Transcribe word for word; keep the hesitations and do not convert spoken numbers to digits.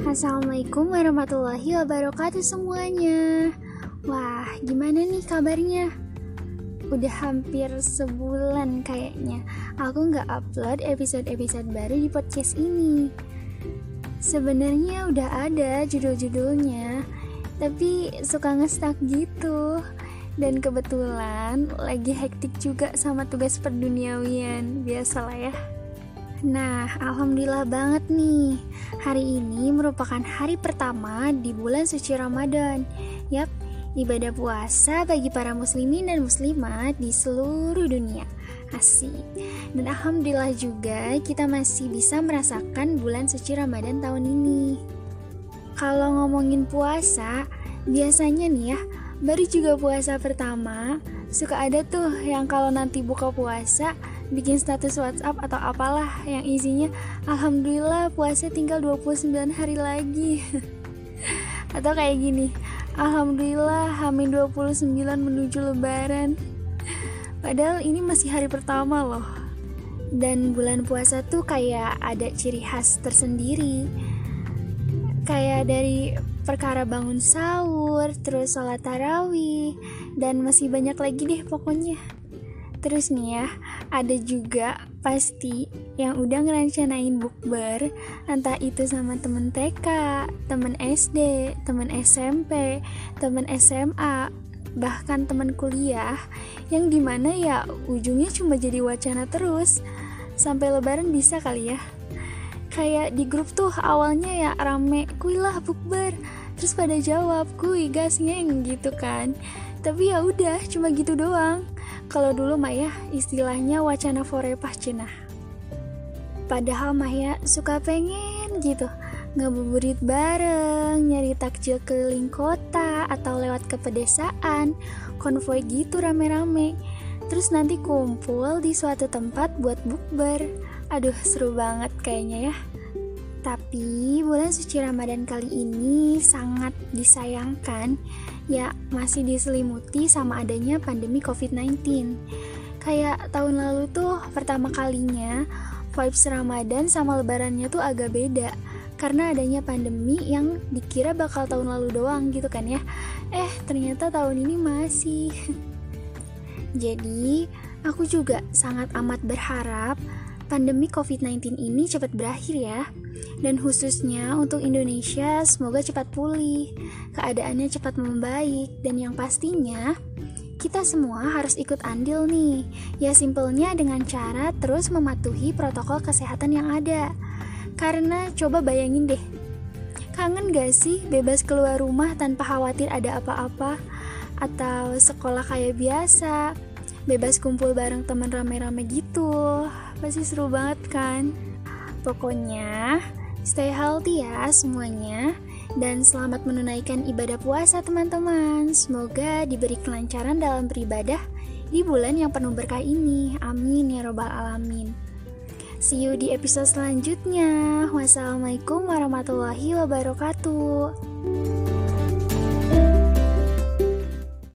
Assalamualaikum warahmatullahi wabarakatuh semuanya. Wah, gimana nih kabarnya? Udah hampir sebulan kayaknya aku gak upload episode-episode baru di podcast ini. Sebenarnya udah ada judul-judulnya, tapi suka nge-stuck gitu. Dan kebetulan lagi hektik juga sama tugas perduniawian, biasalah ya. Nah, alhamdulillah banget nih. Hari ini merupakan hari pertama di bulan suci Ramadan. Yap, ibadah puasa bagi para muslimin dan muslimat di seluruh dunia. Asik. Dan alhamdulillah juga kita masih bisa merasakan bulan suci Ramadan tahun ini. Kalau ngomongin puasa, biasanya nih ya, baru juga puasa pertama, suka ada tuh yang kalau nanti buka puasa bikin status WhatsApp atau apalah yang isinya alhamdulillah puasa tinggal dua puluh sembilan hari lagi. Atau kayak gini, alhamdulillah Hamin dua puluh sembilan menuju lebaran. Padahal ini masih hari pertama loh. Dan bulan puasa tuh kayak ada ciri khas tersendiri. Kayak dari perkara bangun sahur, terus sholat tarawih, dan masih banyak lagi deh pokoknya. Terus nih ya, ada juga pasti yang udah ngerencanain bukber, entah itu sama temen T K, temen S D, temen S M P, temen S M A, bahkan temen kuliah, yang dimana ya ujungnya cuma jadi wacana terus, sampai lebaran bisa kali ya. Kayak di grup tuh awalnya ya rame, kuy lah bukber, terus pada jawab, kuy gas ngeng gitu kan. Tapi ya udah, cuma gitu doang. Kalau dulu mah ya istilahnya wacana forepah cenah. Padahal mah ya suka pengen gitu ngabuburit bareng, nyari takjil keliling kota atau lewat ke pedesaan, konvoy gitu rame-rame. Terus nanti kumpul di suatu tempat buat bukber. Aduh, seru banget kayaknya ya. Tapi bulan suci Ramadan kali ini sangat disayangkan, ya masih diselimuti sama adanya pandemi covid sembilan belas. Kayak tahun lalu tuh pertama kalinya vibes Ramadan sama lebarannya tuh agak beda, karena adanya pandemi yang dikira bakal tahun lalu doang gitu kan ya. Eh ternyata tahun ini masih. Jadi aku juga sangat amat berharap pandemi covid sembilan belas ini cepat berakhir ya. Dan khususnya untuk Indonesia semoga cepat pulih, keadaannya cepat membaik, dan yang pastinya kita semua harus ikut andil nih. Ya simpelnya dengan cara terus mematuhi protokol kesehatan yang ada. Karena coba bayangin deh, kangen gak sih bebas keluar rumah tanpa khawatir ada apa-apa? Atau sekolah kayak biasa, bebas kumpul bareng teman rame-rame gitu. Pasti seru banget kan? Pokoknya stay healthy ya semuanya. Dan selamat menunaikan ibadah puasa teman-teman. Semoga diberi kelancaran dalam beribadah di bulan yang penuh berkah ini. Amin ya robbal alamin. See you di episode selanjutnya. Wassalamualaikum warahmatullahi wabarakatuh.